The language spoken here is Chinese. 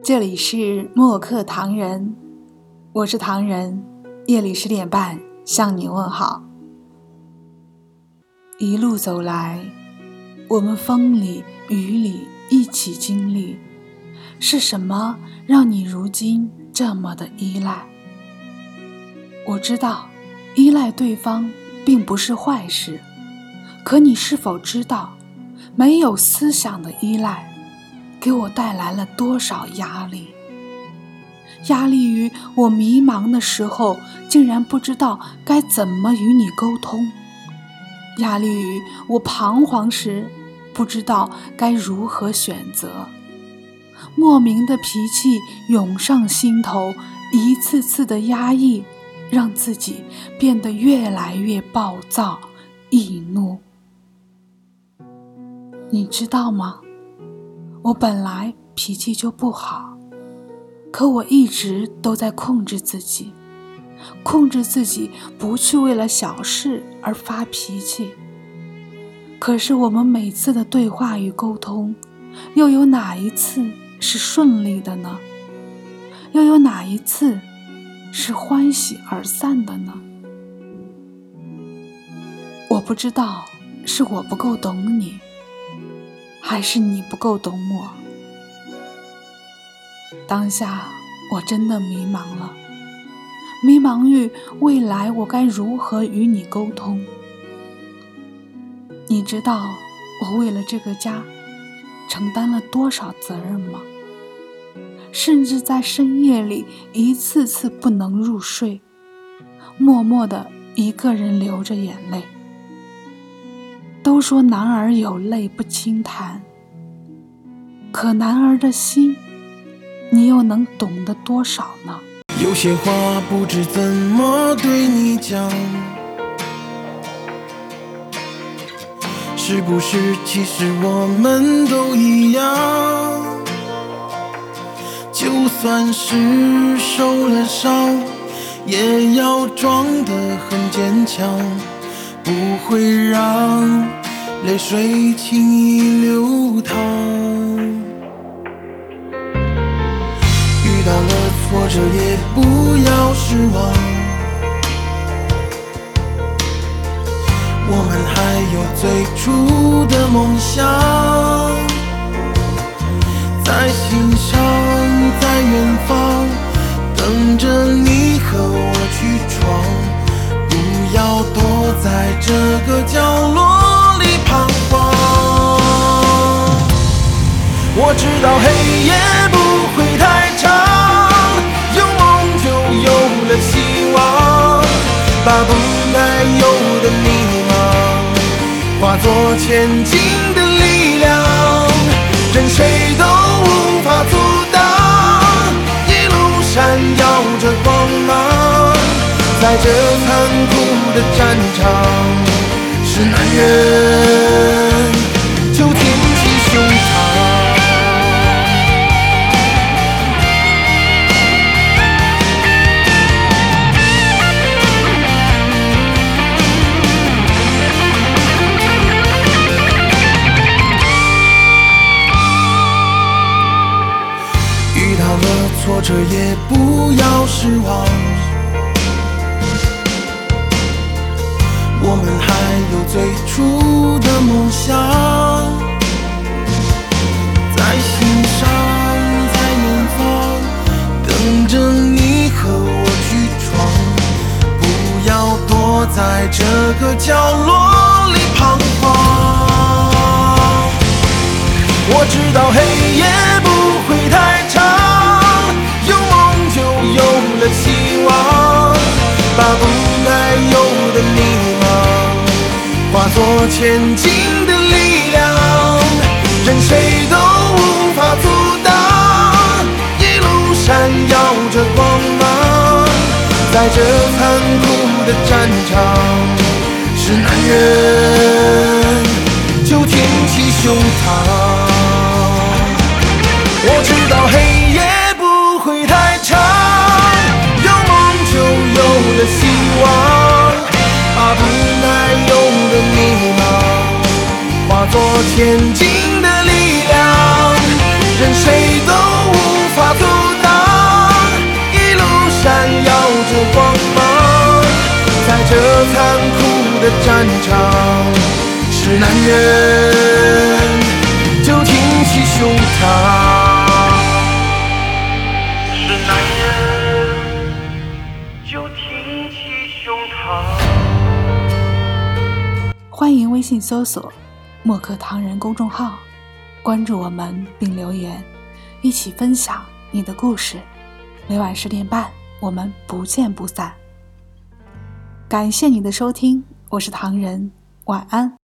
这里是墨客唐人，我是唐人，夜里10点半向你问好。一路走来，我们风里雨里一起经历，是什么让你如今这么的依赖？我知道依赖对方并不是坏事，可你是否知道，没有思想的依赖给我带来了多少压力？压力于我迷茫的时候竟然不知道该怎么与你沟通，压力于我彷徨时不知道该如何选择，莫名的脾气涌上心头，一次次的压抑让自己变得越来越暴躁易怒。你知道吗？我本来脾气就不好，可我一直都在控制自己不去为了小事而发脾气。可是我们每次的对话与沟通，又有哪一次是顺利的呢？又有哪一次是欢喜而散的呢？我不知道是我不够懂你，还是你不够懂我。当下我真的迷茫了，迷茫于未来我该如何与你沟通。你知道我为了这个家承担了多少责任吗？甚至在深夜里一次次不能入睡，默默地一个人流着眼泪。都说男儿有泪不轻弹，可男儿的心你又能懂得多少呢？ 有些话不知怎么对你讲，是不是其实我们都一样？就算是受了伤，也要装得很坚强，不会让泪水轻易流淌。遇到了挫折也不要失望，我们还有最初的梦想，在心上，在远方，等着你和我去闯，不要躲在这个角落里彷徨。我知道黑夜不会太长，有梦就有了希望，把不该有的迷茫化作前进的力量，任谁都无法阻挡，一路闪耀着光芒。在这残酷的战场，是男人就挺起胸膛。遇到了挫折也不要失望，我们还有最初的梦想，在心上，在远方，等着你和我去闯，不要躲在这个角落里彷徨。我知道黑夜不会太长，有梦就有了希望，把不该有的迷茫化作前进的力量，任谁都无法阻挡，一路闪耀着光芒。在这残酷的战场，是男人就挺起胸膛。我知道黑夜不会太长，有梦就有了希望，把不该有的迷茫化作前进的力量，任谁都无法阻的战场。是男人就挺起胸膛，是男人就挺起胸膛。 欢迎微信搜索墨客唐人公众号，关注我们并留言，一起分享你的故事。每晚10点半，我们不见不散。感谢你的收听，我是唐人，晚安。